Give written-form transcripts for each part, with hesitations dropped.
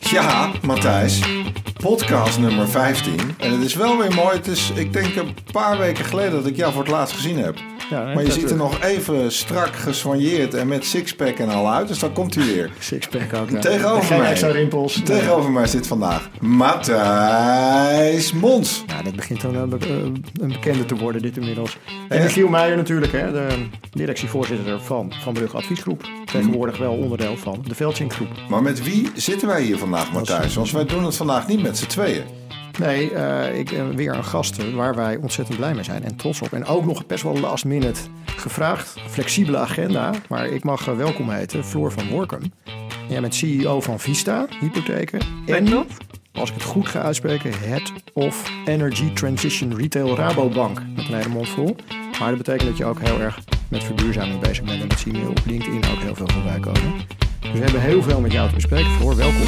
Ja, Matthijs. Podcast nummer 15. En het is wel weer mooi. Het is, ik denk, een paar weken geleden dat ik jou voor het laatst gezien heb. Ja, maar je ziet er nog even strak gesoigneerd en met sixpack en al uit. Dus dan komt hij weer. Sixpack ook, ja. Tegenover mij. Extra rimpels. Tegenover mij zit vandaag Matthijs Mons. Ja, dit begint dan een bekende te worden, dit inmiddels. En Michiel Meijer natuurlijk, hè, de directievoorzitter van Brugge Adviesgroep. Tegenwoordig wel onderdeel van de Veldsink-groep. Maar met wie zitten wij hier vandaag, Matthijs? Want wij doen het vandaag niet met z'n tweeën. Nee, ik weer een gast waar wij ontzettend blij mee zijn en trots op. En ook nog best wel last minute gevraagd. Flexibele agenda, maar ik mag welkom heten Floor van Workum. Jij bent CEO van Vista Hypotheken. En, als ik het goed ga uitspreken, Head of Energy Transition Retail Rabobank. Met een hele mond vol. Maar dat betekent dat je ook heel erg met verduurzaming bezig bent. En dat zien we op LinkedIn ook heel veel voorbij komen. Dus we hebben heel veel met jou te bespreken. Floor, welkom.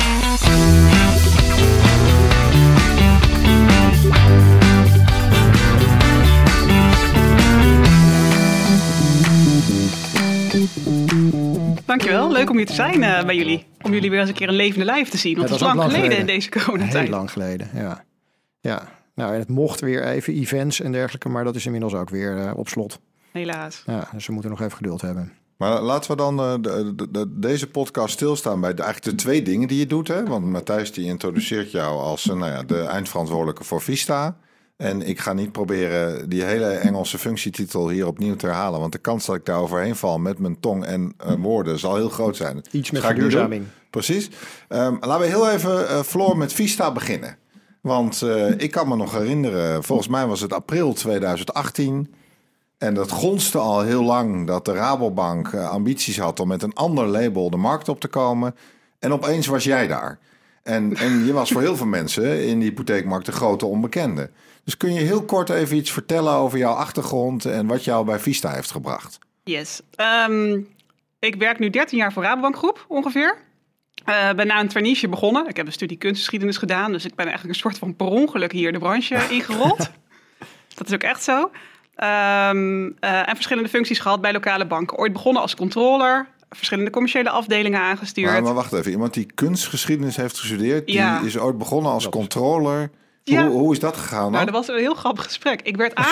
Dankjewel, leuk om hier te zijn bij jullie. Om jullie weer eens een keer een levende lijf te zien. Want het is lang geleden in deze coronatijd. Heel lang geleden, ja. Ja, nou, en het mocht weer even events en dergelijke, maar dat is inmiddels ook weer op slot. Helaas. Ja, dus we moeten nog even geduld hebben. Maar laten we dan deze podcast stilstaan bij eigenlijk de twee dingen die je doet. Hè? Want Matthijs die introduceert jou als de eindverantwoordelijke voor Vista. En ik ga niet proberen die hele Engelse functietitel hier opnieuw te herhalen. Want de kans dat ik daar overheen val met mijn tong en woorden zal heel groot zijn. Iets met verduurzaming. Precies. Laten we heel even, Floor, met Vista beginnen. Want ik kan me nog herinneren, volgens mij was het april 2018... En dat gonste al heel lang dat de Rabobank ambities had om met een ander label de markt op te komen. En opeens was jij daar. En je was voor heel veel mensen in de hypotheekmarkt de grote onbekende. Dus kun je heel kort even iets vertellen over jouw achtergrond en wat jou bij Vista heeft gebracht? Yes. Ik werk nu 13 jaar voor Rabobank Groep ongeveer. Ben na een traineeship begonnen. Ik heb een studie kunstgeschiedenis gedaan. Dus ik ben eigenlijk een soort van per ongeluk hier de branche ingerold. Dat is ook echt zo. En verschillende functies gehad bij lokale banken. Ooit begonnen als controller, verschillende commerciële afdelingen aangestuurd. Maar wacht even, iemand die kunstgeschiedenis heeft gestudeerd, die is ooit begonnen als controller. Ja. Hoe is dat gegaan dan? Nou, dat was een heel grappig gesprek. Ik werd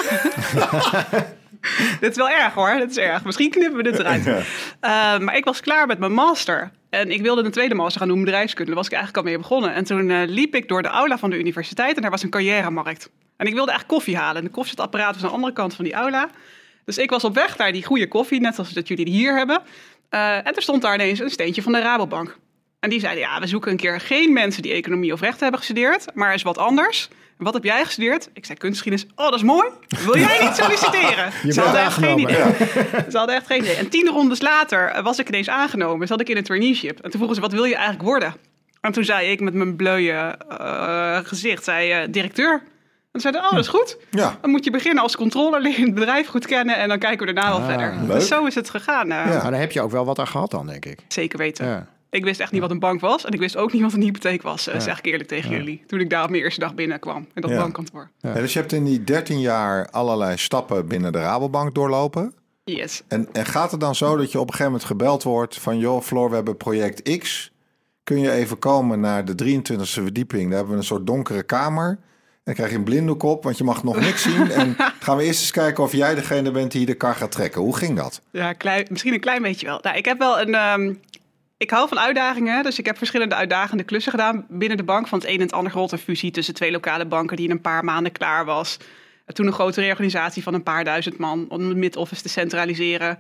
Dit is wel erg hoor, dit is erg. Misschien knippen we dit eruit. Maar ik was klaar met mijn master. En ik wilde een tweede master gaan doen, bedrijfskunde. Daar was ik eigenlijk al mee begonnen. En toen liep ik door de aula van de universiteit en daar was een carrièremarkt. En ik wilde echt koffie halen. En de koffiezetapparaat was aan de andere kant van die aula. Dus ik was op weg naar die goede koffie, net zoals dat jullie die hier hebben. En er stond daar ineens een steentje van de Rabobank. En die zeiden, ja, we zoeken een keer geen mensen die economie of rechten hebben gestudeerd, maar eens wat anders. En wat heb jij gestudeerd? Ik zei kunstgeschiedenis. Oh, dat is mooi. Wil jij niet solliciteren? Ze hadden echt geen idee. Ja. Ze hadden echt geen idee. En 10 rondes later was ik ineens aangenomen. Zat ik in een traineeship. En toen vroegen ze, wat wil je eigenlijk worden? En toen zei ik met mijn bleuwe gezicht, directeur. En zeiden, oh, dat is goed. Ja. Dan moet je beginnen als controller, leer je het bedrijf goed kennen en dan kijken we daarna wel verder. Leuk. Dus zo is het gegaan. Ja, maar daar heb je ook wel wat aan gehad dan, denk ik. Zeker weten. Ja. Ik wist echt niet wat een bank was en ik wist ook niet wat een hypotheek was, zeg ik eerlijk tegen jullie. Toen ik daar op mijn eerste dag binnenkwam in dat bankkantoor. Ja. Dus je hebt in die 13 jaar allerlei stappen binnen de Rabobank doorlopen. Yes. En gaat het dan zo dat je op een gegeven moment gebeld wordt van, joh Floor, we hebben project X. Kun je even komen naar de 23e verdieping? Daar hebben we een soort donkere kamer. En dan krijg je een blinddoek op, want je mag nog niks zien. En gaan we eerst eens kijken of jij degene bent die de kar gaat trekken. Hoe ging dat? Ja, misschien een klein beetje wel. Nou, ik heb wel een... Ik hou van uitdagingen, dus ik heb verschillende uitdagende klussen gedaan binnen de bank. Van het een en het ander grote fusie tussen 2 lokale banken die in een paar maanden klaar was. Toen een grote reorganisatie van een paar duizend man om de mid-office te centraliseren.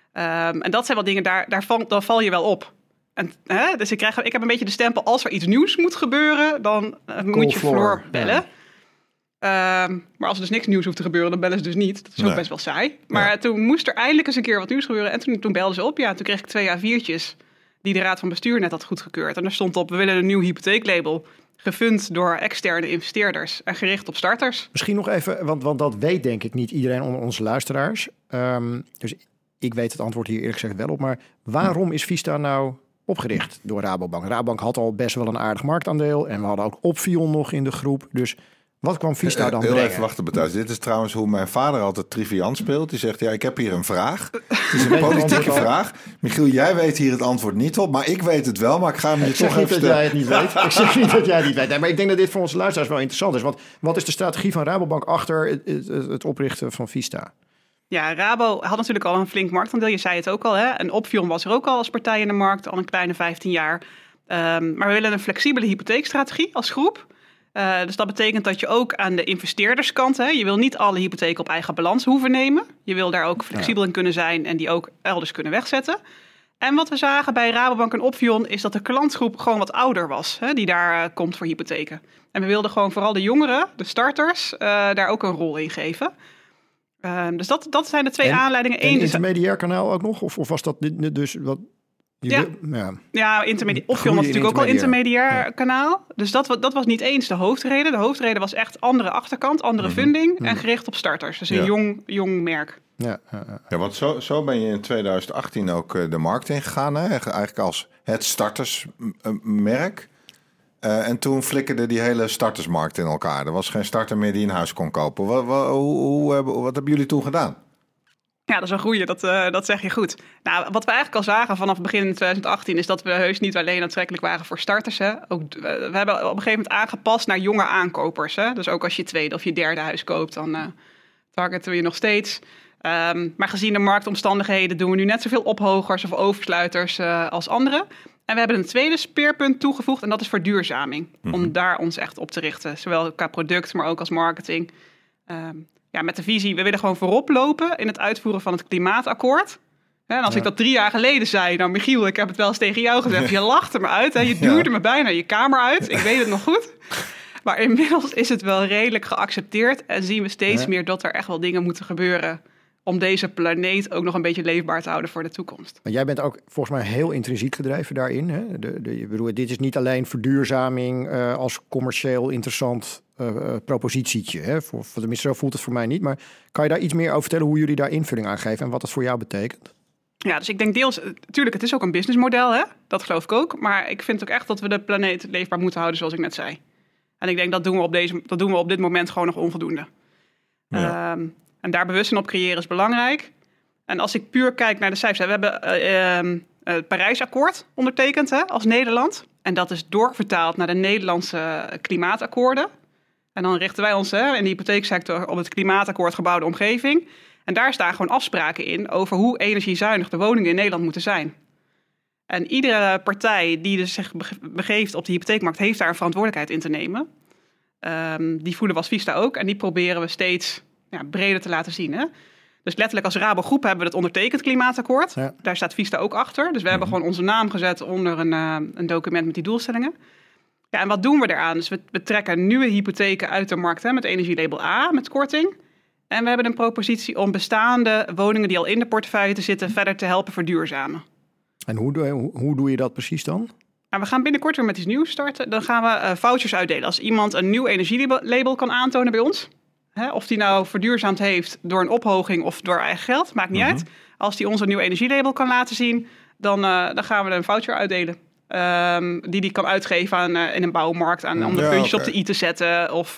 En dat zijn wel dingen, daar val je wel op. En, dus ik heb een beetje de stempel, als er iets nieuws moet gebeuren, dan moet je Floor bellen. Ja. Maar als er dus niks nieuws hoeft te gebeuren, dan bellen ze dus niet. Dat is ook best wel saai. Maar toen moest er eindelijk eens een keer wat nieuws gebeuren. En toen belden ze op. Ja, toen kreeg ik 2 A4'tjes die de Raad van Bestuur net had goedgekeurd. En er stond op, we willen een nieuw hypotheeklabel, gefund door externe investeerders en gericht op starters. Misschien nog even, want dat weet denk ik niet iedereen onder onze luisteraars. Dus ik weet het antwoord hier eerlijk gezegd wel op. Maar waarom is Vista nou opgericht door Rabobank? Rabobank had al best wel een aardig marktaandeel en we hadden ook Opvion nog in de groep. Dus Wat kwam Vista dan Heel brengen? even wachten, Matthijs. Dit is trouwens hoe mijn vader altijd triviant speelt. Die zegt, ik heb hier een vraag. Het is een politieke vraag. Michiel, jij weet hier het antwoord niet op. Maar ik weet het wel, maar ik ga hem je toch even dat jij het niet weet. Ik zeg niet dat jij het niet weet. Nee, maar ik denk dat dit voor onze luisteraars wel interessant is. Want wat is de strategie van Rabobank achter het oprichten van Vista? Ja, Rabo had natuurlijk al een flink marktaandeel. Je zei het ook al, hè. En Opvion was er ook al als partij in de markt, al een kleine 15 jaar. Maar we willen een flexibele hypotheekstrategie als groep. Dus dat betekent dat je ook aan de investeerderskant, je wil niet alle hypotheken op eigen balans hoeven nemen. Je wil daar ook flexibel in kunnen zijn en die ook elders kunnen wegzetten. En wat we zagen bij Rabobank en Opvion is dat de klantgroep gewoon wat ouder was, die daar komt voor hypotheken. En we wilden gewoon vooral de jongeren, de starters, daar ook een rol in geven. Dus dat zijn de twee aanleidingen. En intermediair kanaal ook nog? Of was dat dus wat... Opvion was natuurlijk ook al intermediair kanaal. Dus dat was niet eens de hoofdreden. De hoofdreden was echt andere achterkant, andere funding en gericht op starters. Dus een jong merk. Ja, want zo ben je in 2018 ook de markt ingegaan. Hè? Eigenlijk als het startersmerk. En toen flikkerde die hele startersmarkt in elkaar. Er was geen starter meer die een huis kon kopen. Wat hebben jullie toen gedaan? Ja, dat is een goeie, dat zeg je goed. Nou, wat we eigenlijk al zagen vanaf begin 2018... is dat we heus niet alleen aantrekkelijk waren voor starters. Hè. Ook, we hebben op een gegeven moment aangepast naar jonge aankopers. Hè. Dus ook als je tweede of je derde huis koopt, dan targeten we je nog steeds. Maar gezien de marktomstandigheden doen we nu net zoveel ophogers of oversluiters als anderen. En we hebben een tweede speerpunt toegevoegd en dat is verduurzaming. Om daar ons echt op te richten. Zowel qua product, maar ook als marketing. Met de visie, we willen gewoon voorop lopen in het uitvoeren van het klimaatakkoord. En als ik dat 3 jaar geleden zei, nou Michiel, ik heb het wel eens tegen jou gezegd. Je lachte me uit, je duwde me bijna je kamer uit. Ik weet het nog goed. Maar inmiddels is het wel redelijk geaccepteerd en zien we steeds meer dat er echt wel dingen moeten gebeuren om deze planeet ook nog een beetje leefbaar te houden voor de toekomst. Maar jij bent ook volgens mij heel intrinsiek gedreven daarin. Hè? Ik bedoel, dit is niet alleen verduurzaming als commercieel interessant propositietje. Hè? Tenminste, zo voelt het voor mij niet. Maar kan je daar iets meer over vertellen hoe jullie daar invulling aan geven en wat dat voor jou betekent? Ja, dus ik denk deels, natuurlijk, het is ook een businessmodel, hè? Dat geloof ik ook. Maar ik vind ook echt dat we de planeet leefbaar moeten houden, zoals ik net zei. En ik denk dat doen we op dit moment gewoon nog onvoldoende. Ja. En daar bewustzijn op creëren is belangrijk. En als ik puur kijk naar de cijfers. We hebben het Parijsakkoord ondertekend als Nederland. En dat is doorvertaald naar de Nederlandse klimaatakkoorden. En dan richten wij ons in de hypotheeksector op het klimaatakkoord gebouwde omgeving. En daar staan gewoon afspraken in over hoe energiezuinig de woningen in Nederland moeten zijn. En iedere partij die dus zich begeeft op de hypotheekmarkt heeft daar een verantwoordelijkheid in te nemen. Die voelen we als Vista ook. En die proberen we steeds breder te laten zien. Hè? Dus letterlijk als Rabo Groep hebben we het ondertekend klimaatakkoord. Ja. Daar staat Vista ook achter. Dus we hebben gewoon onze naam gezet onder een document met die doelstellingen. Ja, en wat doen we eraan? Dus we trekken nieuwe hypotheken uit de markt met energielabel A, met korting. En we hebben een propositie om bestaande woningen die al in de portefeuille te zitten verder te helpen verduurzamen. En hoe doe je dat precies dan? Nou, we gaan binnenkort weer met iets nieuws starten. Dan gaan we vouchers uitdelen. Als iemand een nieuw energielabel kan aantonen bij ons, of die nou verduurzaamd heeft door een ophoging of door eigen geld, maakt niet uit. Als die ons een nieuw energielabel kan laten zien, dan gaan we een voucher uitdelen. Die kan uitgeven in een bouwmarkt om de puntjes op de i te zetten of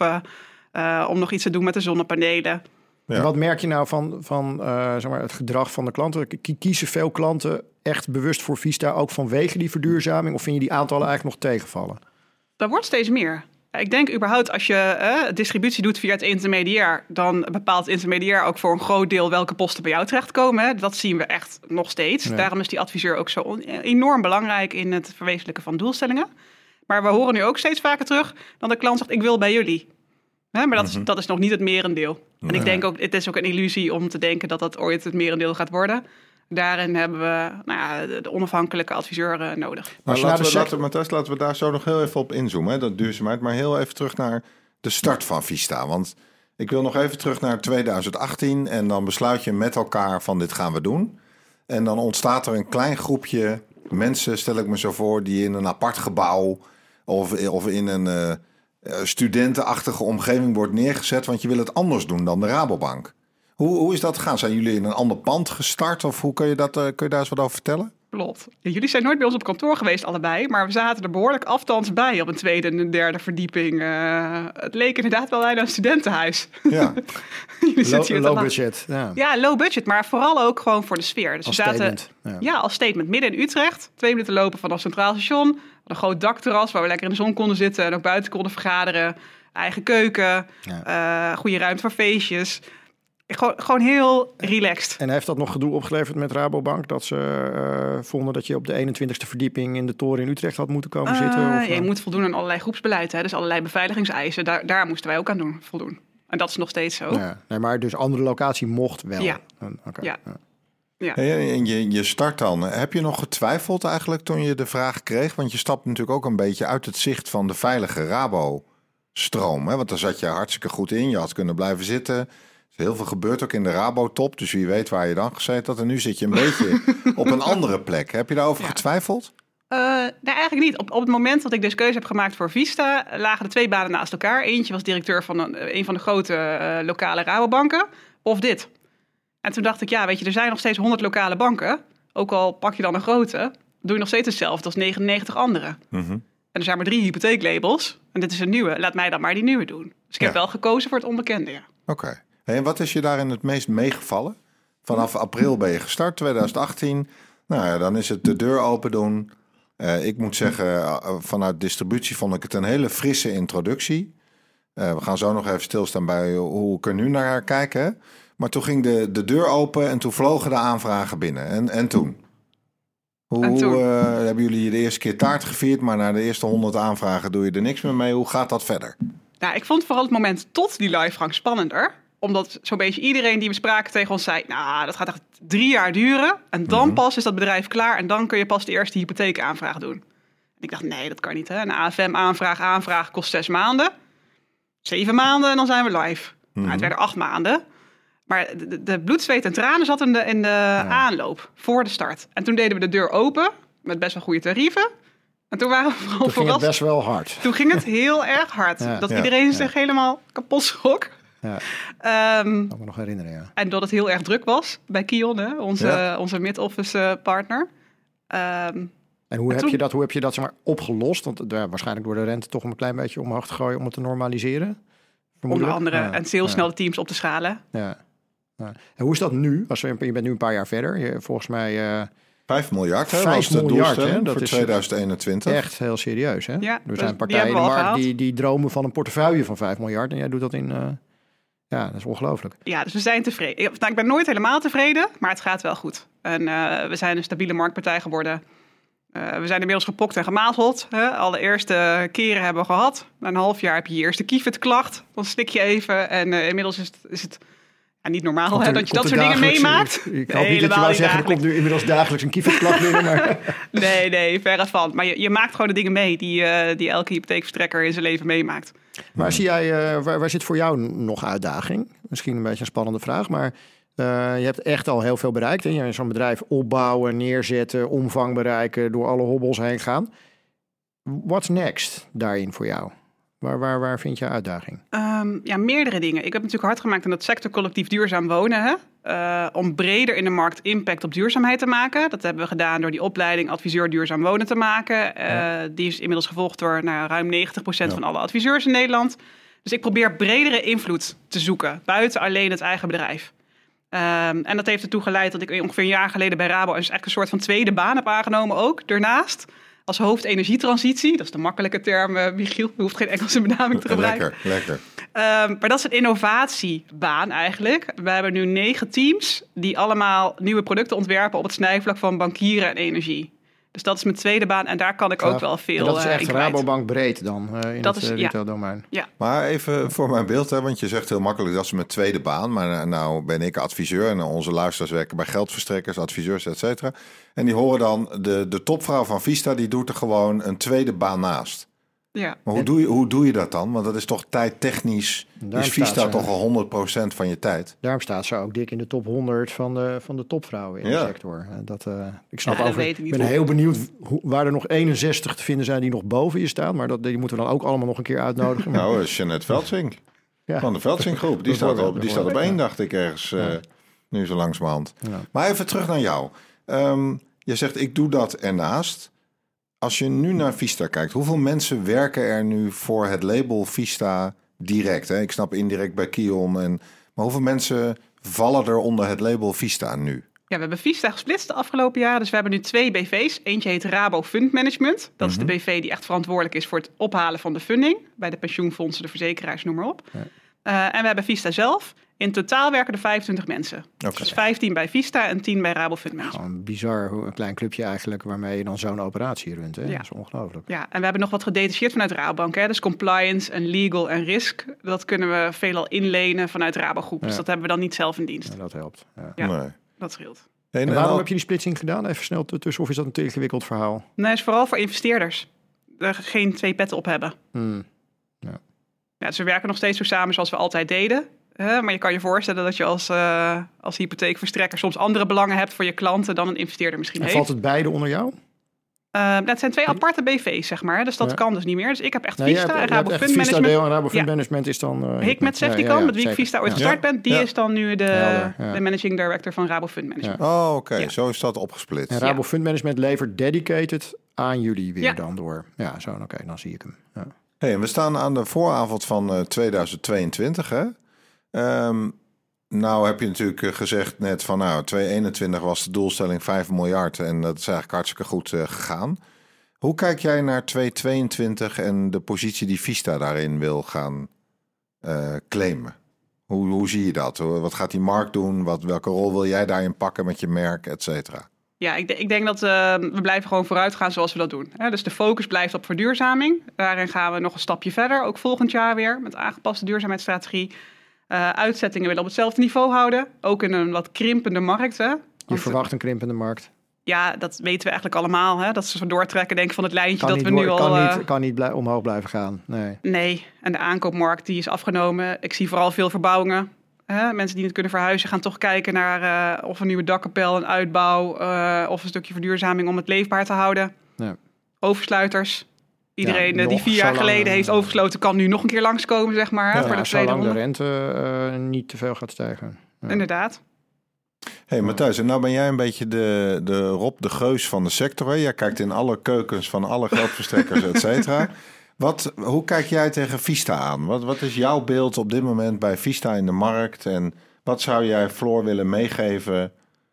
om nog iets te doen met de zonnepanelen. Ja. Wat merk je nou van zeg maar het gedrag van de klanten? Kiezen veel klanten echt bewust voor Vista ook vanwege die verduurzaming? Of vind je die aantallen eigenlijk nog tegenvallen? Dat wordt steeds meer. Ik denk überhaupt als je distributie doet via het intermediair, dan bepaalt het intermediair ook voor een groot deel welke posten bij jou terechtkomen. Hè. Dat zien we echt nog steeds. Ja. Daarom is die adviseur ook zo enorm belangrijk in het verwezenlijken van doelstellingen. Maar we horen nu ook steeds vaker terug dat de klant zegt, ik wil bij jullie. Maar dat is nog niet het merendeel. En ik denk ook, het is ook een illusie om te denken dat dat ooit het merendeel gaat worden. Daarin hebben we de onafhankelijke adviseur nodig. Maar laten we daar zo nog heel even op inzoomen, dat duurzaamheid. Maar heel even terug naar de start van Vista. Want ik wil nog even terug naar 2018 en dan besluit je met elkaar van dit gaan we doen. En dan ontstaat er een klein groepje mensen, stel ik me zo voor, die in een apart gebouw of in een studentenachtige omgeving wordt neergezet, want je wil het anders doen dan de Rabobank. Hoe is dat gegaan? Zijn jullie in een ander pand gestart? Of hoe kun je daar eens wat over vertellen? Klopt. Ja, jullie zijn nooit bij ons op kantoor geweest allebei, maar we zaten er behoorlijk afstands bij op een tweede en een derde verdieping. Het leek inderdaad wel bijna een studentenhuis. Ja. Low budget. Ja, low budget, maar vooral ook gewoon voor de sfeer. Dus als we zaten statement. Ja, als statement midden in Utrecht. 2 minuten lopen vanaf Centraal Station. Een groot dakterras waar we lekker in de zon konden zitten en ook buiten konden vergaderen. Eigen keuken, goede ruimte voor feestjes. Gewoon heel relaxed. En heeft dat nog gedoe opgeleverd met Rabobank? Dat ze vonden dat je op de 21ste verdieping in de toren in Utrecht had moeten komen zitten? Of, je moet voldoen aan allerlei groepsbeleid. Hè? Dus allerlei beveiligingseisen. Daar moesten wij ook aan voldoen. En dat is nog steeds zo. Ja, nee, maar dus andere locatie mocht wel? Ja. Okay. Ja. Ja. En je start dan. Heb je nog getwijfeld eigenlijk toen je de vraag kreeg? Want je stapt natuurlijk ook een beetje uit het zicht van de veilige Rabo-stroom. Hè? Want daar zat je hartstikke goed in. Je had kunnen blijven zitten. Er is heel veel gebeurd ook in de Rabo-top. Dus wie weet waar je dan gezeten had. En nu zit je een beetje op een andere plek. Heb je daarover getwijfeld? Nee, eigenlijk niet. Op het moment dat ik dus keuze heb gemaakt voor Vista, lagen de 2 banen naast elkaar. Eentje was directeur van een van de grote lokale Rabobanken. Of dit. En toen dacht ik, weet je, er zijn nog steeds 100 lokale banken. Ook al pak je dan een grote, doe je nog steeds hetzelfde als 99 andere. Mm-hmm. En er zijn maar 3 hypotheeklabels. En dit is een nieuwe. Laat mij dan maar die nieuwe doen. Dus ik heb wel gekozen voor het onbekende, ja. Oké. En wat is je daarin het meest meegevallen? Vanaf april ben je gestart, 2018. Nou ja, dan is het de deur open doen. Ik moet zeggen, vanuit distributie vond ik het een hele frisse introductie. We gaan zo nog even stilstaan bij hoe ik er nu naar kijk. Hè? Maar toen ging de deur open en toen vlogen de aanvragen binnen. En toen? Hoe hebben jullie de eerste keer taart gevierd, maar na de eerste 100 aanvragen doe je er niks meer mee? Hoe gaat dat verder? Nou, ik vond vooral het moment tot die livegang spannender. Omdat zo'n beetje iedereen die we spraken tegen ons zei, nou, dat gaat echt 3 jaar duren. En dan pas is dat bedrijf klaar en dan kun je pas de eerste hypotheekaanvraag doen. En ik dacht, nee, dat kan niet. Hè? Een AFM-aanvraag kost 6 maanden. 7 maanden en dan zijn we live. Nou, het werden 8 maanden. Maar de bloed, zweet en tranen zat in de aanloop voor de start. En toen deden we de deur open met best wel goede tarieven. En toen waren we vooral verrast. Toen ging het best wel hard. Toen ging het heel erg hard. Dat iedereen zich helemaal kapot schrok. Ja. Kan me nog herinneren, ja. En dat het heel erg druk was bij Kion, hè, onze mid-office partner. En hoe heb je dat zeg maar, opgelost? Want waarschijnlijk door de rente toch een klein beetje omhoog te gooien om het te normaliseren. Onder andere. En heel snel de teams op te schalen. Ja. En hoe is dat nu? Je bent nu een paar jaar verder. Volgens mij... 5 miljard, hè? 5 miljard, hè? Dat voor 2021. Echt heel serieus, hè? Ja, er zijn partijen in de markt die dromen van een portefeuille van 5 miljard. En jij doet dat in... Ja, dat is ongelooflijk. Ja, dus we zijn tevreden. Nou, ik ben nooit helemaal tevreden, maar het gaat wel goed. En we zijn een stabiele marktpartij geworden. We zijn inmiddels gepokt en gemazeld. Alle eerste keren hebben we gehad. Na een half jaar heb je je eerste kievit-klacht. Dan slik je even. En inmiddels is het niet normaal dat je dat soort dingen meemaakt. Ik hoop niet dat je wou zeggen, er komt nu inmiddels dagelijks een kievit-klacht binnen. Maar... Nee, verre van. Maar je maakt gewoon de dingen mee die elke hypotheekverstrekker in zijn leven meemaakt. Maar zie jij, waar zit voor jou nog uitdaging? Misschien een beetje een spannende vraag, maar je hebt echt al heel veel bereikt. Hè? Zo'n bedrijf opbouwen, neerzetten, omvang bereiken, door alle hobbels heen gaan. What's next daarin voor jou? Waar vind je uitdaging? Meerdere dingen. Ik heb natuurlijk hard gemaakt aan dat sector collectief duurzaam wonen. Om breder in de markt impact op duurzaamheid te maken. Dat hebben we gedaan door die opleiding adviseur duurzaam wonen te maken. Die is inmiddels gevolgd door ruim 90% van alle adviseurs in Nederland. Dus ik probeer bredere invloed te zoeken. Buiten alleen het eigen bedrijf. En dat heeft ertoe geleid dat ik ongeveer een jaar geleden bij Rabo... eigenlijk een soort van tweede baan heb aangenomen ook, daarnaast... Als hoofd energietransitie. Dat is de makkelijke term, Michiel. Je hoeft geen Engelse benaming te gebruiken. Lekker. Maar dat is een innovatiebaan eigenlijk. We hebben nu 9 teams die allemaal nieuwe producten ontwerpen... op het snijvlak van bankieren en energie. Dus dat is mijn tweede baan en daar kan ik ook wel veel in dat is echt Rabobank breed dan in dat het retaildomein. Ja. Maar even voor mijn beeld, hè, want je zegt heel makkelijk dat is mijn tweede baan. Maar nou ben ik adviseur en onze luisteraars werken bij geldverstrekkers, adviseurs, et cetera. En die horen dan de topvrouw van Vista, die doet er gewoon een tweede baan naast. Ja. Maar hoe doe je dat dan? Want dat is toch tijdtechnisch, is Vista toch al 100% van je tijd? Daarom staat ze ook dik in de top 100 van de topvrouwen in de sector. Ik snap ik ben heel benieuwd waar er nog 61 te vinden zijn die nog boven je staan. Maar die moeten we dan ook allemaal nog een keer uitnodigen. Nou, Jeanette Veldsink van de Veldsink Groep. Die staat op 1, dacht ik ergens, nu zo langzamerhand. Ja. Maar even terug naar jou. je zegt ik doe dat ernaast. Als je nu naar Vista kijkt, hoeveel mensen werken er nu voor het label Vista direct? Hè? Ik snap indirect bij Kion. Maar hoeveel mensen vallen er onder het label Vista nu? Ja, we hebben Vista gesplitst de afgelopen jaren. Dus we hebben nu 2 BV's. Eentje heet Rabo Fund Management. Dat is de BV die echt verantwoordelijk is voor het ophalen van de funding. Bij de pensioenfondsen, de verzekeraars, noem maar op. Ja. En we hebben Vista zelf. In totaal werken er 25 mensen. Okay. Dus 15 bij Vista en 10 bij Rabo Fund Management. Gewoon bizar, een klein clubje eigenlijk waarmee je dan zo'n operatie runt. Hè? Ja. Dat is ongelooflijk. Ja, en we hebben nog wat gedetacheerd vanuit Rabobank. Hè? Dus compliance en legal en risk. Dat kunnen we veelal inlenen vanuit Rabogroep. Dus dat hebben we dan niet zelf in dienst. Ja, dat helpt. Ja, nee. Dat scheelt. En waarom heb je die splitsing gedaan? Even snel tussen, of is dat een te ingewikkeld verhaal? Nee, het is vooral voor investeerders. Er geen 2 petten op hebben. Ja, dus we werken nog steeds zo samen zoals we altijd deden. Maar je kan je voorstellen dat je als hypotheekverstrekker soms andere belangen hebt voor je klanten dan een investeerder misschien heeft. Valt het beide onder jou? Dat zijn 2 aparte BV's, zeg maar. Dus dat kan dus niet meer. Dus ik heb echt Vista en Rabo Fund Management. En Rabo Fund Management is dan... Hikmet Seftikan, met wie ik Vista ooit gestart ben. Die is dan nu de managing director van Rabo Fund Management. Ja. Oh, oké. Zo is dat opgesplitst. En Rabo Fund Management levert dedicated aan jullie weer dan door. Ja, zo. Oké, dan zie ik hem. Ja. Hey, en we staan aan de vooravond van 2022, hè? Nou heb je natuurlijk gezegd net van 2021 was de doelstelling 5 miljard en dat is eigenlijk hartstikke goed gegaan. Hoe kijk jij naar 2022 en de positie die Vista daarin wil gaan claimen? Hoe zie je dat? Wat gaat die markt doen? Welke rol wil jij daarin pakken met je merk, et cetera? Ja, ik denk dat we blijven gewoon vooruit gaan zoals we dat doen. Dus de focus blijft op verduurzaming. Daarin gaan we nog een stapje verder, ook volgend jaar weer, met aangepaste duurzaamheidsstrategie. Uitzettingen willen op hetzelfde niveau houden. Ook in een wat krimpende markt. Hè? Je verwacht een krimpende markt? Ja, dat weten we eigenlijk allemaal. Hè? Dat ze zo doortrekken denk ik, van het lijntje dat we nu al... Kan niet omhoog blijven gaan. Nee, en de aankoopmarkt die is afgenomen. Ik zie vooral veel verbouwingen. Mensen die niet kunnen verhuizen gaan toch kijken naar of een nieuwe dakkapel, een uitbouw... of een stukje verduurzaming om het leefbaar te houden. Ja. Oversluiters... Iedereen die 4 jaar geleden heeft overgesloten... kan nu nog een keer langskomen, zeg maar. Voor de tweede ronde. De rente niet te veel gaat stijgen. Ja. Inderdaad. Hey Matthijs, en nou ben jij een beetje de Rob de Geus van de sector. Hè? Jij kijkt in alle keukens van alle geldverstrekkers, et cetera. Hoe kijk jij tegen Vista aan? Wat is jouw beeld op dit moment bij Vista in de markt? En wat zou jij Floor willen meegeven...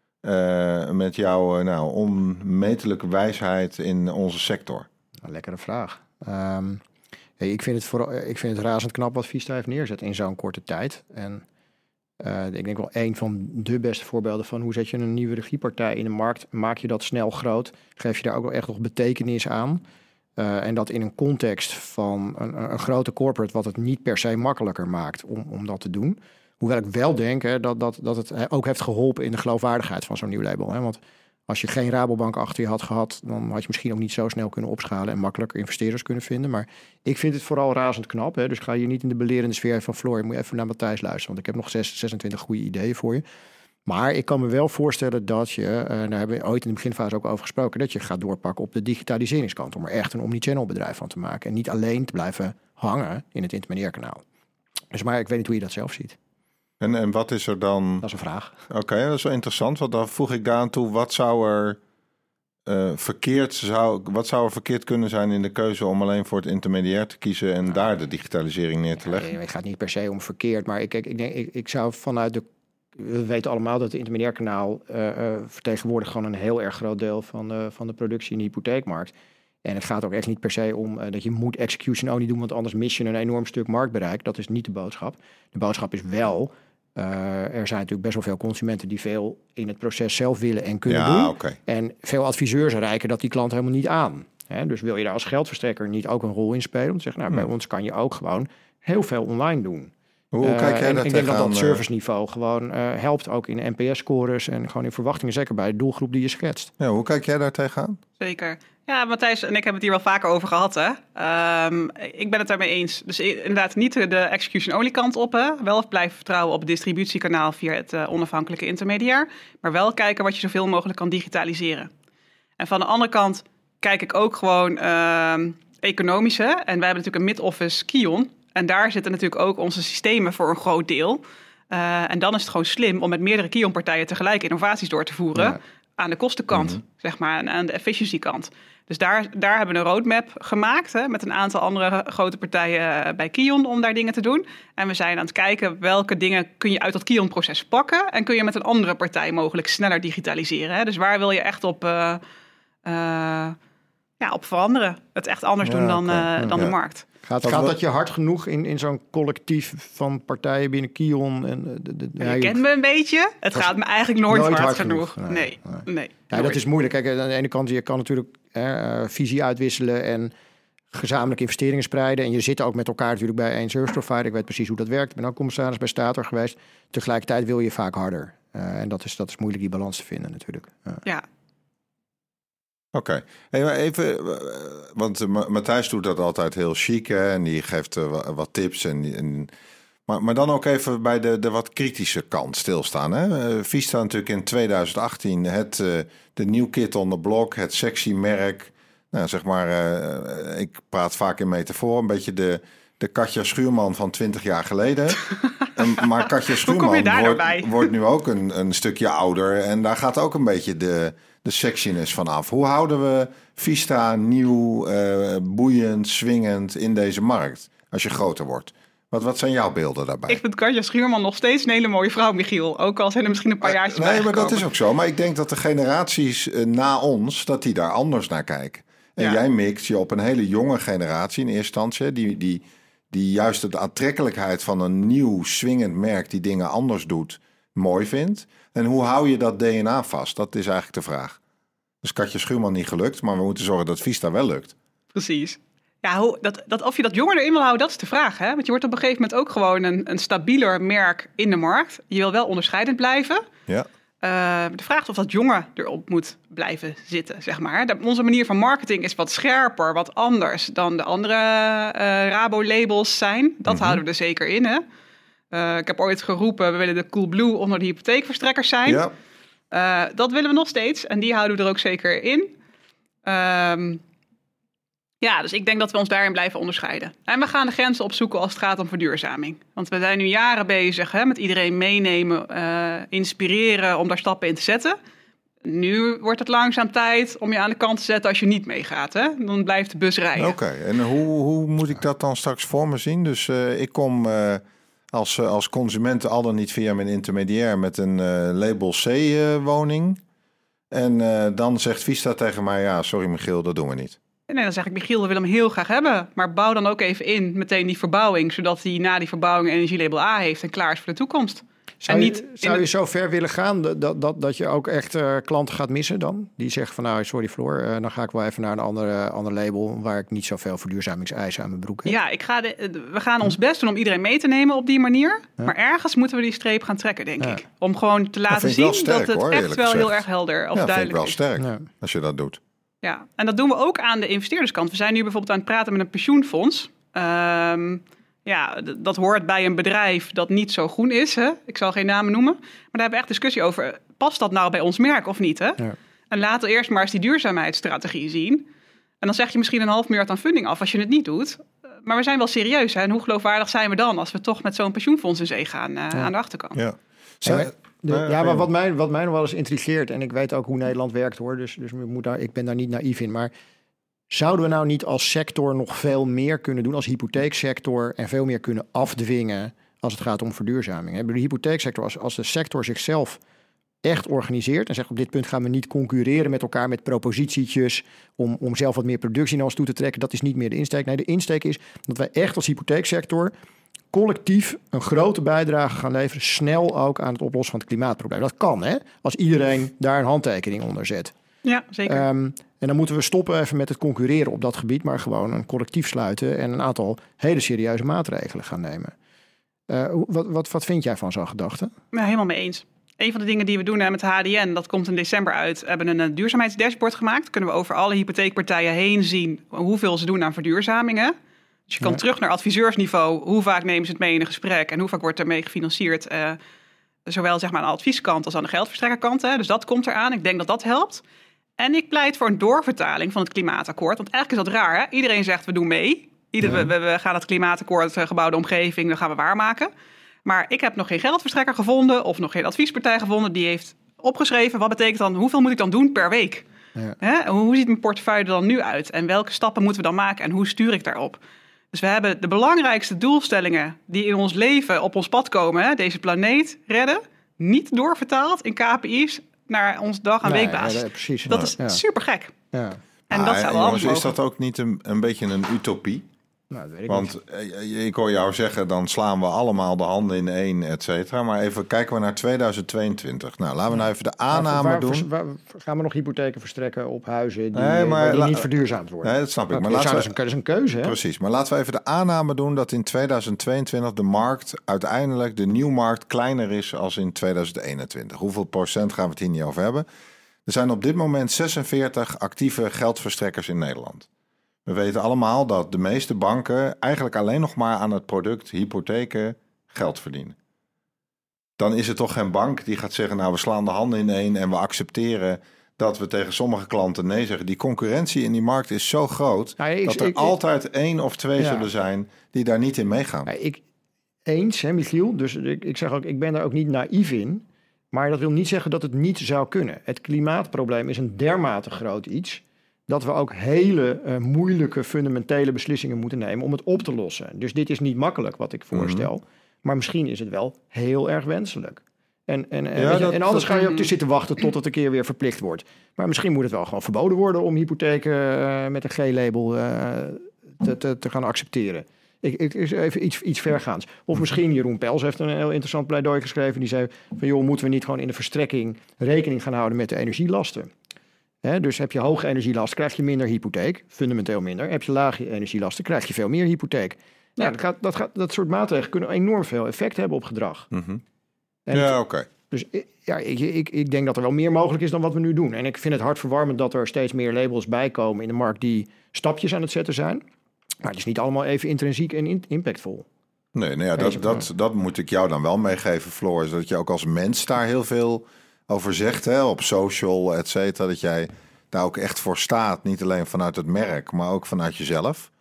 met jouw onmetelijke wijsheid in onze sector? Lekkere vraag. Ik vind het razend knap wat Vista heeft neerzet in zo'n korte tijd. En ik denk wel een van de beste voorbeelden van hoe zet je een nieuwe regiepartij in de markt. Maak je dat snel groot. Geef je daar ook wel echt nog betekenis aan. En dat in een context van een grote corporate wat het niet per se makkelijker maakt om dat te doen. Hoewel ik wel denk dat het ook heeft geholpen in de geloofwaardigheid van zo'n nieuw label. Hè? Want als je geen Rabobank achter je had gehad, dan had je misschien ook niet zo snel kunnen opschalen en makkelijker investeerders kunnen vinden. Maar ik vind het vooral razend knap. Hè? Dus ga je niet in de belerende sfeer van Floor. Je moet even naar Matthijs luisteren, want ik heb nog 26 goede ideeën voor je. Maar ik kan me wel voorstellen dat je, daar hebben we ooit in de beginfase ook over gesproken, dat je gaat doorpakken op de digitaliseringskant. Om er echt een omnichannel bedrijf van te maken. En niet alleen te blijven hangen in het intermediair kanaal. Dus maar ik weet niet hoe je dat zelf ziet. En wat is er dan... Dat is een vraag. Oké, dat is wel interessant. Want dan voeg ik daaraan toe, wat zou er verkeerd kunnen zijn in de keuze om alleen voor het intermediair te kiezen en daar de digitalisering neer te leggen? Nee, het gaat niet per se om verkeerd, maar ik zou vanuit de... We weten allemaal dat het intermediair kanaal vertegenwoordigt gewoon een heel erg groot deel van de productie in de hypotheekmarkt. En het gaat ook echt niet per se om dat je moet execution only doen, want anders mis je een enorm stuk marktbereik. Dat is niet de boodschap. De boodschap is wel, er zijn natuurlijk best wel veel consumenten die veel in het proces zelf willen en kunnen doen. Okay. En veel adviseurs reiken dat die klant helemaal niet aan. Dus wil je daar als geldverstrekker niet ook een rol in spelen? Om te zeggen, bij ons kan je ook gewoon heel veel online doen. Hoe kijk jij dat ik denk dat serviceniveau gewoon helpt ook in NPS-scores en gewoon in verwachtingen, zeker bij de doelgroep die je schetst. Ja, hoe kijk jij daar tegenaan? Zeker. Ja, Matthijs en ik hebben het hier wel vaker over gehad. Hè? Ik ben het daarmee eens. Dus inderdaad niet de execution-only kant op. Hè? Wel blijven vertrouwen op het distributiekanaal via het onafhankelijke intermediair. Maar wel kijken wat je zoveel mogelijk kan digitaliseren. En van de andere kant kijk ik ook gewoon economische. En wij hebben natuurlijk een mid-office Kion. En daar zitten natuurlijk ook onze systemen voor een groot deel. En dan is het gewoon slim om met meerdere Kion-partijen tegelijk innovaties door te voeren. Ja. aan de kostenkant, zeg maar, en aan de efficiëntiekant. Dus daar hebben we een roadmap gemaakt met een aantal andere grote partijen bij Kion om daar dingen te doen. En we zijn aan het kijken welke dingen kun je uit dat Kion-proces pakken en kun je met een andere partij mogelijk sneller digitaliseren. Hè? Dus waar wil je echt op veranderen? Het echt anders doen dan de markt. Gaat dat je hard genoeg in zo'n collectief van partijen binnen Kion? Je kent me een beetje. Het gaat me eigenlijk nooit hard genoeg. Nee. Ja, dat is moeilijk. Kijk, aan de ene kant, je kan natuurlijk visie uitwisselen en gezamenlijke investeringen spreiden. En je zit ook met elkaar natuurlijk bij één service provider. Ik weet precies hoe dat werkt. Ik ben ook commissaris bij Stator geweest. Tegelijkertijd wil je vaak harder. En dat is moeilijk die balans te vinden natuurlijk. Ja. Oké. Hey, maar even, want Matthijs doet dat altijd heel chic, hè, en die geeft wat tips. Maar dan ook even bij de wat kritische kant stilstaan. Hè? Vista natuurlijk in 2018 de new kid on the block, het sexy merk. Nou, zeg maar, ik praat vaak in metafoor, een beetje de Katja Schuurman van 20 jaar geleden. Maar Katja Schuurman wordt nu ook een stukje ouder en daar gaat ook een beetje de sexiness van af. Hoe houden we Vista nieuw, boeiend, swingend in deze markt als je groter wordt? Wat zijn jouw beelden daarbij? Ik vind Katja Schuurman nog steeds een hele mooie vrouw, Michiel. Ook al zijn er misschien een paar jaartjes bijgekomen. Nee, maar dat is ook zo. Maar ik denk dat de generaties na ons, dat die daar anders naar kijken. En jij mikt je op een hele jonge generatie in eerste instantie, die juist de aantrekkelijkheid van een nieuw swingend merk die dingen anders doet, mooi vindt. En hoe hou je dat DNA vast? Dat is eigenlijk de vraag. Dus Katja Schuurman niet gelukt, maar we moeten zorgen dat Vista wel lukt. Precies. Ja, of je dat jonger erin wil houden, dat is de vraag. Hè? Want je wordt op een gegeven moment ook gewoon een stabieler merk in de markt. Je wil wel onderscheidend blijven. Ja. De vraag is of dat jongen erop moet blijven zitten, zeg maar. Onze manier van marketing is wat scherper, wat anders dan de andere Rabo-labels zijn. Dat houden we er zeker in, hè. Ik heb ooit geroepen, we willen de Coolblue onder de hypotheekverstrekkers zijn. Ja. Dat willen we nog steeds en die houden we er ook zeker in. Dus ik denk dat we ons daarin blijven onderscheiden. En we gaan de grenzen opzoeken als het gaat om verduurzaming. Want we zijn nu jaren bezig met iedereen meenemen, inspireren om daar stappen in te zetten. Nu wordt het langzaam tijd om je aan de kant te zetten als je niet meegaat. Hè? Dan blijft de bus rijden. Oké, en hoe moet ik dat dan straks voor me zien? Dus ik kom als consument al dan niet via mijn intermediair met een label C-woning. En dan zegt Vista tegen mij, ja, sorry Michiel, dat doen we niet. Nee, dan zeg ik, Michiel, we willen hem heel graag hebben. Maar bouw dan ook even in meteen die verbouwing, zodat hij na die verbouwing energielabel A heeft en klaar is voor de toekomst. Zou je zo ver willen gaan dat je ook echt klanten gaat missen dan? Die zeggen van, nou, sorry Floor, dan ga ik wel even naar een ander label waar ik niet zoveel verduurzamingseisen aan mijn broek heb. Ja, we gaan ons best doen om iedereen mee te nemen op die manier. Ja. Maar ergens moeten we die streep gaan trekken, denk ik. Om gewoon te laten zien sterk, dat het echt wel heel erg helder of duidelijk is. Ja, vind ik wel sterk als je dat doet. Ja, en dat doen we ook aan de investeerderskant. We zijn nu bijvoorbeeld aan het praten met een pensioenfonds. Dat hoort bij een bedrijf dat niet zo groen is. Hè? Ik zal geen namen noemen. Maar daar hebben we echt discussie over. Past dat nou bij ons merk of niet? Hè? Ja. En laten we eerst maar eens die duurzaamheidsstrategie zien. En dan zeg je misschien $500 miljoen aan funding af als je het niet doet. Maar we zijn wel serieus. Hè? En hoe geloofwaardig zijn we dan als we toch met zo'n pensioenfonds in zee gaan aan de achterkant? Ja. Maar wat mij nog wel eens intrigeert, en ik weet ook hoe Nederland werkt hoor, dus ik ben daar niet naïef in, maar zouden we nou niet als sector nog veel meer kunnen doen, als hypotheeksector, en veel meer kunnen afdwingen als het gaat om verduurzaming? De hypotheeksector, als de sector zichzelf echt organiseert en zegt op dit punt gaan we niet concurreren met elkaar met propositietjes om zelf wat meer productie naar ons toe te trekken, dat is niet meer de insteek. Nee, de insteek is dat wij echt als hypotheeksector collectief een grote bijdrage gaan leveren, snel ook aan het oplossen van het klimaatprobleem. Dat kan, hè? Als iedereen daar een handtekening onder zet. Ja, zeker. En dan moeten we stoppen even met het concurreren op dat gebied, maar gewoon een collectief sluiten en een aantal hele serieuze maatregelen gaan nemen. Wat vind jij van zo'n gedachte? Ja, helemaal mee eens. Een van de dingen die we doen met HDN, dat komt in december uit, hebben een duurzaamheidsdashboard gemaakt. Kunnen we over alle hypotheekpartijen heen zien hoeveel ze doen aan verduurzamingen. Dus je kan terug naar adviseursniveau. Hoe vaak nemen ze het mee in een gesprek en hoe vaak wordt ermee gefinancierd? Zowel zeg maar aan de advieskant als aan de geldverstrekkerkant. Hè. Dus dat komt eraan. Ik denk dat dat helpt. En ik pleit voor een doorvertaling van het klimaatakkoord. Want eigenlijk is dat raar. Hè? Iedereen zegt we doen mee. We gaan het klimaatakkoord, gebouwde omgeving, dat gaan we waarmaken. Maar ik heb nog geen geldverstrekker gevonden of nog geen adviespartij gevonden die heeft opgeschreven, wat betekent dan, hoeveel moet ik dan doen per week? Ja. Hè? Hoe ziet mijn portefeuille er dan nu uit? En welke stappen moeten we dan maken en hoe stuur ik daarop? Dus we hebben de belangrijkste doelstellingen die in ons leven op ons pad komen, hè, deze planeet redden, niet doorvertaald in KPI's naar ons dag- en weekbasis. Precies. Dat is super gek. Ja. En dat zou wel jongens, anders is dat ook niet een beetje een utopie? Nou, dat weet ik Want ik hoor jou zeggen, dan slaan we allemaal de handen in één, et cetera. Maar even kijken we naar 2022. Nou, laten we nou even de aanname doen. Gaan we nog hypotheken verstrekken op huizen die, Nee, die niet verduurzaamd worden? Nee, dat snap ik. Maar dat is een keuze, hè? Precies, maar laten we even de aanname doen dat in 2022 de markt uiteindelijk, de nieuwmarkt, kleiner is als in 2021. Hoeveel procent gaan we het hier niet over hebben? Er zijn op dit moment 46 actieve geldverstrekkers in Nederland. We weten allemaal dat de meeste banken eigenlijk alleen nog maar aan het product hypotheken geld verdienen. Dan is het toch geen bank die gaat zeggen, nou we slaan de handen ineen en we accepteren dat we tegen sommige klanten nee zeggen. Die concurrentie in die markt is zo groot dat er altijd 1 of 2 zullen zijn die daar niet in meegaan. Eens, hè, Michiel. Dus ik zeg ook, ik ben daar ook niet naïef in. Maar dat wil niet zeggen dat het niet zou kunnen. Het klimaatprobleem is een dermate groot iets dat we ook hele moeilijke fundamentele beslissingen moeten nemen om het op te lossen. Dus dit is niet makkelijk wat ik voorstel. Maar misschien is het wel heel erg wenselijk. En anders ga je ook te zitten wachten tot het een keer weer verplicht wordt. Maar misschien moet het wel gewoon verboden worden om hypotheken met een G-label te gaan accepteren. Ik even iets vergaans. Of misschien Jeroen Pels heeft een heel interessant pleidooi geschreven. Die zei van joh, moeten we niet gewoon in de verstrekking rekening gaan houden met de energielasten? Dus heb je hoge energielasten, krijg je minder hypotheek. Fundamenteel minder. Heb je lage energielasten, krijg je veel meer hypotheek. Ja. Dat soort maatregelen kunnen enorm veel effect hebben op gedrag. Mm-hmm. Ja, oké. Dus ja, ik denk dat er wel meer mogelijk is dan wat we nu doen. En ik vind het hartverwarmend dat er steeds meer labels bijkomen in de markt die stapjes aan het zetten zijn. Maar het is niet allemaal even intrinsiek en impactvol. Nee, nou ja, dat moet ik jou dan wel meegeven, Floor. Is dat je ook als mens daar heel veel over zegt, hè, op social, et cetera. Dat jij daar ook echt voor staat. Niet alleen vanuit het merk, maar ook vanuit jezelf.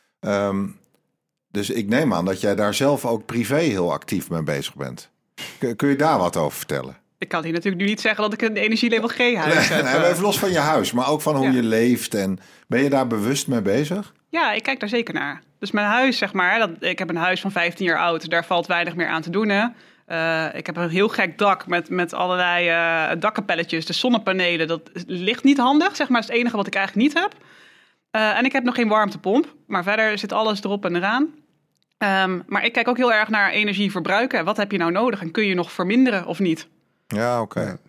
Dus ik neem aan dat jij daar zelf ook privé heel actief mee bezig bent. Kun je daar wat over vertellen? Ik kan hier natuurlijk nu niet zeggen dat ik een energielabel G-huis heb. Nee, even los van je huis, maar ook van hoe je leeft. En ben je daar bewust mee bezig? Ja, ik kijk daar zeker naar. Dus mijn huis, zeg maar, ik heb een huis van 15 jaar oud. Daar valt weinig meer aan te doen, hè. Ik heb een heel gek dak met allerlei dakkapelletjes. De zonnepanelen, dat ligt niet handig, zeg maar. Dat is het enige wat ik eigenlijk niet heb. En ik heb nog geen warmtepomp. Maar verder zit alles erop en eraan. Maar ik kijk ook heel erg naar energieverbruik. Wat heb je nou nodig en kun je nog verminderen of niet? Ja, oké.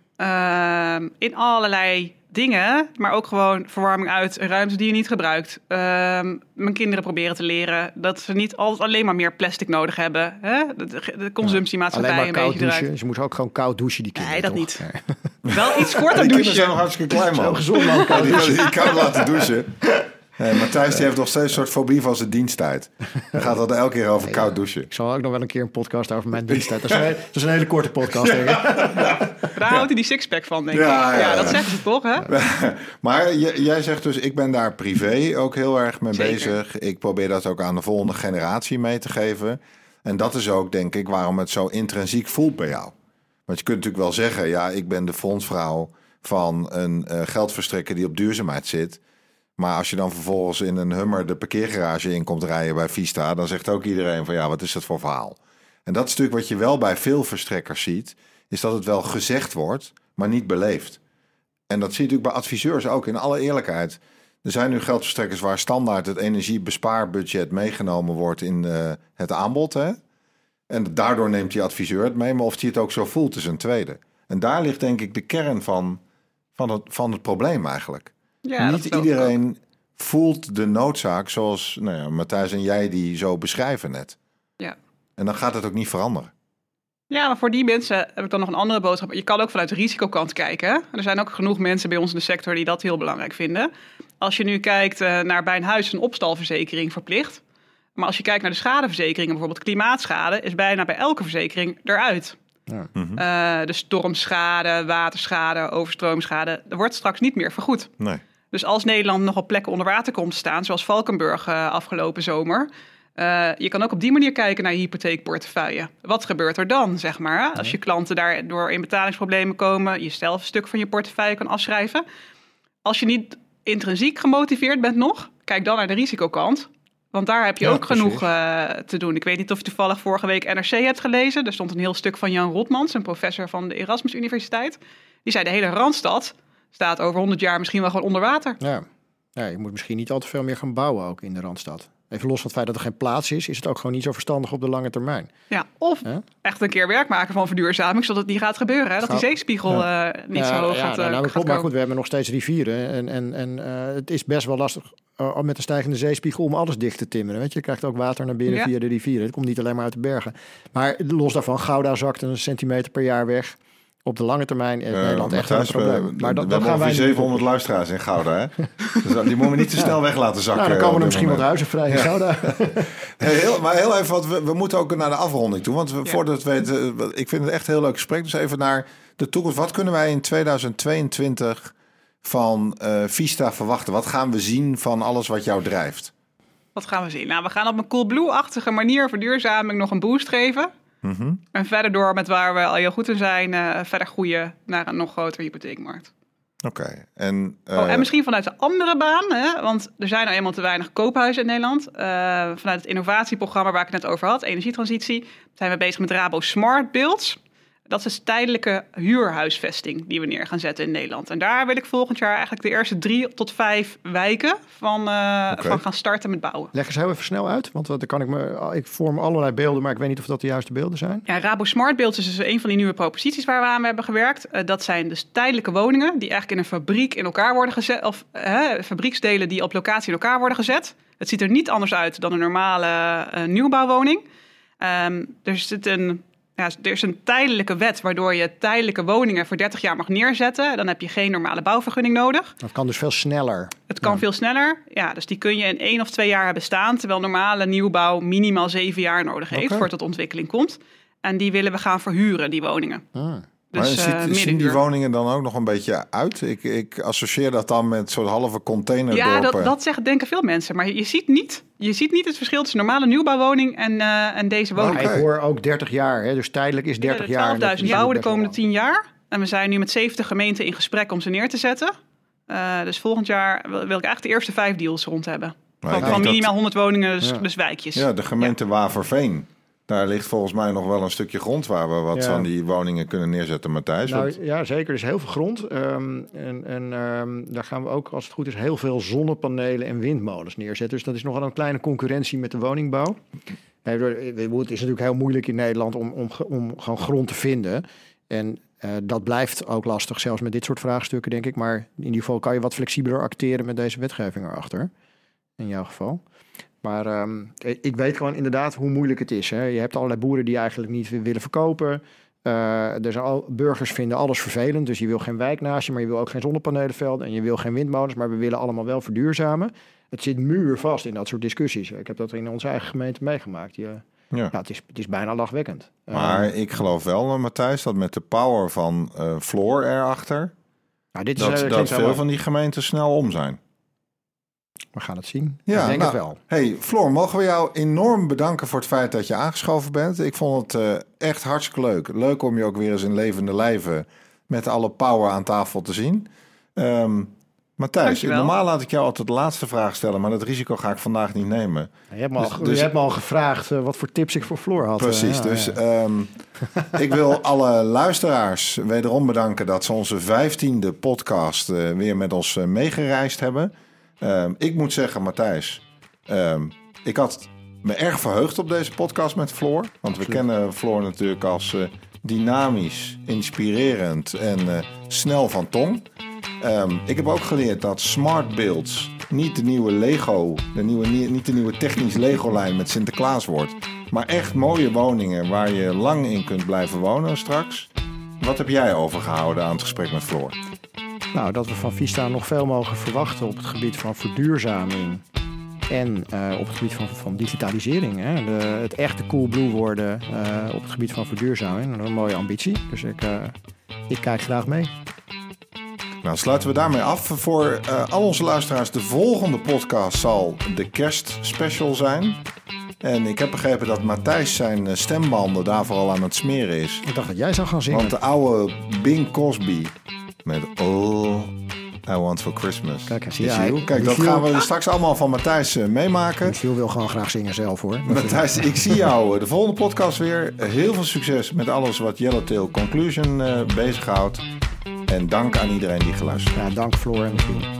In allerlei dingen, maar ook gewoon verwarming uit ruimte die je niet gebruikt. Mijn kinderen proberen te leren dat ze niet altijd alleen maar meer plastic nodig hebben. Hè? De consumptiemaatschappij alleen maar een beetje douchen. eruit. Ze moeten ook gewoon koud douchen, die kinderen. Nee, dat toch? niet. Nee. Wel iets korter douchen. Die kinderen zijn nog hartstikke klein, man. Zo gezond, man. Die kan laten douchen. Matthijs die heeft nog steeds een soort fobie van zijn diensttijd. Dan gaat dat elke keer over koud douchen. Ik zal ook nog wel een keer een podcast over mijn diensttijd. Dat is een hele korte podcast, denk ik. Daar houdt hij die sixpack van, denk ik. Ja, dat zeggen ze toch, hè? Maar jij zegt dus, ik ben daar privé ook heel erg mee bezig. Ik probeer dat ook aan de volgende generatie mee te geven. En dat is ook, denk ik, waarom het zo intrinsiek voelt bij jou. Want je kunt natuurlijk wel zeggen, ja, ik ben de frontsvrouw van een geldverstrekker die op duurzaamheid zit. Maar als je dan vervolgens in een Hummer de parkeergarage in komt rijden bij Vista, dan zegt ook iedereen van ja, wat is dat voor verhaal? En dat is natuurlijk wat je wel bij veel verstrekkers ziet, is dat het wel gezegd wordt, maar niet beleefd. En dat zie je natuurlijk bij adviseurs ook, in alle eerlijkheid. Er zijn nu geldverstrekkers waar standaard het energiebespaarbudget meegenomen wordt in het aanbod. Hè? En daardoor neemt die adviseur het mee, maar of hij het ook zo voelt is een tweede. En daar ligt denk ik de kern van het probleem eigenlijk. Ja, niet iedereen voelt de noodzaak zoals Matthijs en jij die zo beschrijven net. Ja. En dan gaat het ook niet veranderen. Ja, maar voor die mensen heb ik dan nog een andere boodschap. Je kan ook vanuit de risicokant kijken. Hè? Er zijn ook genoeg mensen bij ons in de sector die dat heel belangrijk vinden. Als je nu kijkt naar bij een huis een opstalverzekering verplicht. Maar als je kijkt naar de schadeverzekeringen, bijvoorbeeld klimaatschade, is bijna bij elke verzekering eruit. Ja. De stormschade, waterschade, overstroomschade, dat wordt straks niet meer vergoed. Nee. Dus als Nederland nog op plekken onder water komt te staan, zoals Valkenburg afgelopen zomer, Je kan ook op die manier kijken naar je hypotheekportefeuille. Wat gebeurt er dan, zeg maar? Hè? Als je klanten daardoor in betalingsproblemen komen, je zelf een stuk van je portefeuille kan afschrijven. Als je niet intrinsiek gemotiveerd bent nog, kijk dan naar de risicokant. Want daar heb je ook genoeg te doen. Ik weet niet of je toevallig vorige week NRC hebt gelezen. Er stond een heel stuk van Jan Rotmans, een professor van de Erasmus Universiteit. Die zei, de hele Randstad staat over 100 jaar misschien wel gewoon onder water. Ja, je moet misschien niet al te veel meer gaan bouwen ook in de Randstad. Even los van het feit dat er geen plaats is het ook gewoon niet zo verstandig op de lange termijn. Ja, of echt een keer werk maken van verduurzaming, zodat het niet gaat gebeuren. Hè? Dat die zeespiegel niet zo hoog gaat klopt, maar goed, we hebben nog steeds rivieren. En het is best wel lastig met een stijgende zeespiegel om alles dicht te timmeren. Weet je krijgt ook water naar binnen via de rivieren. Het komt niet alleen maar uit de bergen. Maar los daarvan, Gouda zakt een centimeter per jaar weg. Op de lange termijn in Nederland echt een probleem. Maar we hebben ongeveer 700 luisteraars in Gouda. Hè? Dus die moeten we niet te snel weg laten zakken. Nou, dan komen er misschien wat huizen vrij in Gouda. Maar heel even, want we moeten ook naar de afronding toe. Want voordat we weten, ik vind het echt een heel leuk gesprek. Dus even naar de toekomst. Wat kunnen wij in 2022 van Vista verwachten? Wat gaan we zien van alles wat jou drijft? Wat gaan we zien? Nou, we gaan op een Coolblue-achtige manier verduurzaming nog een boost geven. Mm-hmm. En verder door met waar we al heel goed in zijn, verder groeien naar een nog grotere hypotheekmarkt. Oké. En misschien vanuit de andere baan, hè? Want er zijn nou eenmaal te weinig koophuizen in Nederland. Vanuit het innovatieprogramma waar ik het net over had, energietransitie, zijn we bezig met Rabo Smart Builds. Dat is tijdelijke huurhuisvesting die we neer gaan zetten in Nederland. En daar wil ik volgend jaar eigenlijk de eerste 3 tot 5 wijken van gaan starten met bouwen. Leg eens heel even snel uit, want dan kan ik vorm allerlei beelden, maar ik weet niet of dat de juiste beelden zijn. Ja, Rabo Smart Builds is dus een van die nieuwe proposities waar we aan hebben gewerkt. Dat zijn dus tijdelijke woningen die eigenlijk in een fabriek in elkaar worden gezet, of fabrieksdelen die op locatie in elkaar worden gezet. Het ziet er niet anders uit dan een normale nieuwbouwwoning. Er is een tijdelijke wet waardoor je tijdelijke woningen voor 30 jaar mag neerzetten. Dan heb je geen normale bouwvergunning nodig. Dat kan dus veel sneller. Het kan veel sneller. Ja, dus die kun je in 1 of 2 jaar hebben staan. Terwijl normale nieuwbouw minimaal 7 jaar nodig heeft voor het tot ontwikkeling komt. En die willen we gaan verhuren, die woningen. Dus, maar zien die woningen dan ook nog een beetje uit? Ik associeer dat dan met een soort halve containerdorpen. Ja, dat denken veel mensen. Maar je ziet niet het verschil tussen normale nieuwbouwwoning en deze woning. Ik hoor ook 30 jaar, hè? Dus tijdelijk is 30 jaar. 12.000 bouwen de komende 10 jaar. En we zijn nu met 70 gemeenten in gesprek om ze neer te zetten. Dus volgend jaar wil ik eigenlijk de eerste 5 deals rond hebben. Van minimaal 100 woningen, dus wijkjes. Ja, de gemeente Waverveen. Daar ligt volgens mij nog wel een stukje grond waar we wat van die woningen kunnen neerzetten, Matthijs. Ja, zeker. Er is heel veel grond. Daar gaan we ook, als het goed is, heel veel zonnepanelen en windmolens neerzetten. Dus dat is nogal een kleine concurrentie met de woningbouw. Het is natuurlijk heel moeilijk in Nederland om gewoon grond te vinden. En dat blijft ook lastig, zelfs met dit soort vraagstukken, denk ik. Maar in ieder geval kan je wat flexibeler acteren met deze wetgeving erachter. In jouw geval. Maar ik weet gewoon inderdaad hoe moeilijk het is. Hè. Je hebt allerlei boeren die eigenlijk niet willen verkopen. Burgers vinden alles vervelend. Dus je wil geen wijk naast je, maar je wil ook geen zonnepanelenvelden. En je wil geen windmolens, maar we willen allemaal wel verduurzamen. Het zit muurvast in dat soort discussies. Ik heb dat in onze eigen gemeente meegemaakt. Het is bijna lachwekkend. Maar ik geloof wel, Matthijs, dat met de power van Floor erachter... dat veel van die gemeenten snel om zijn. We gaan het zien. Ja, ik denk het wel. Hey, Floor, mogen we jou enorm bedanken voor het feit dat je aangeschoven bent. Ik vond het echt hartstikke leuk. Leuk om je ook weer eens in levende lijven met alle power aan tafel te zien. Matthijs, normaal laat ik jou altijd de laatste vraag stellen, maar dat risico ga ik vandaag niet nemen. Je hebt me al gevraagd wat voor tips ik voor Floor had. Precies, ik wil alle luisteraars wederom bedanken dat ze onze 15e podcast weer met ons meegereisd hebben. Ik moet zeggen, Matthijs, ik had me erg verheugd op deze podcast met Floor. Want we kennen Floor natuurlijk als dynamisch, inspirerend en snel van tong. Ik heb ook geleerd dat Smart Builds niet de nieuwe Lego, niet de nieuwe technisch Lego-lijn met Sinterklaas wordt. Maar echt mooie woningen waar je lang in kunt blijven wonen straks. Wat heb jij overgehouden aan het gesprek met Floor? Nou, dat we van Vista nog veel mogen verwachten op het gebied van verduurzaming en op het gebied van digitalisering. Hè. Het echte Coolblue worden op het gebied van verduurzaming. Dat is een mooie ambitie, dus ik kijk graag mee. Nou, sluiten we daarmee af. Voor al onze luisteraars, de volgende podcast zal de kerstspecial zijn. En ik heb begrepen dat Matthijs zijn stembanden daarvoor al aan het smeren is. Ik dacht dat jij zou gaan zingen. Want de oude Bing Crosby met All I Want For Christmas. Kijk, Kijk, dat gaan we straks allemaal van Matthijs meemaken. Michiel wil gewoon graag zingen zelf, hoor. Matthijs, ik zie jou de volgende podcast weer. Heel veel succes met alles wat Yellowtail Conclusion bezighoudt. En dank aan iedereen die geluisterd heeft. Ja, dank Floor en Michiel.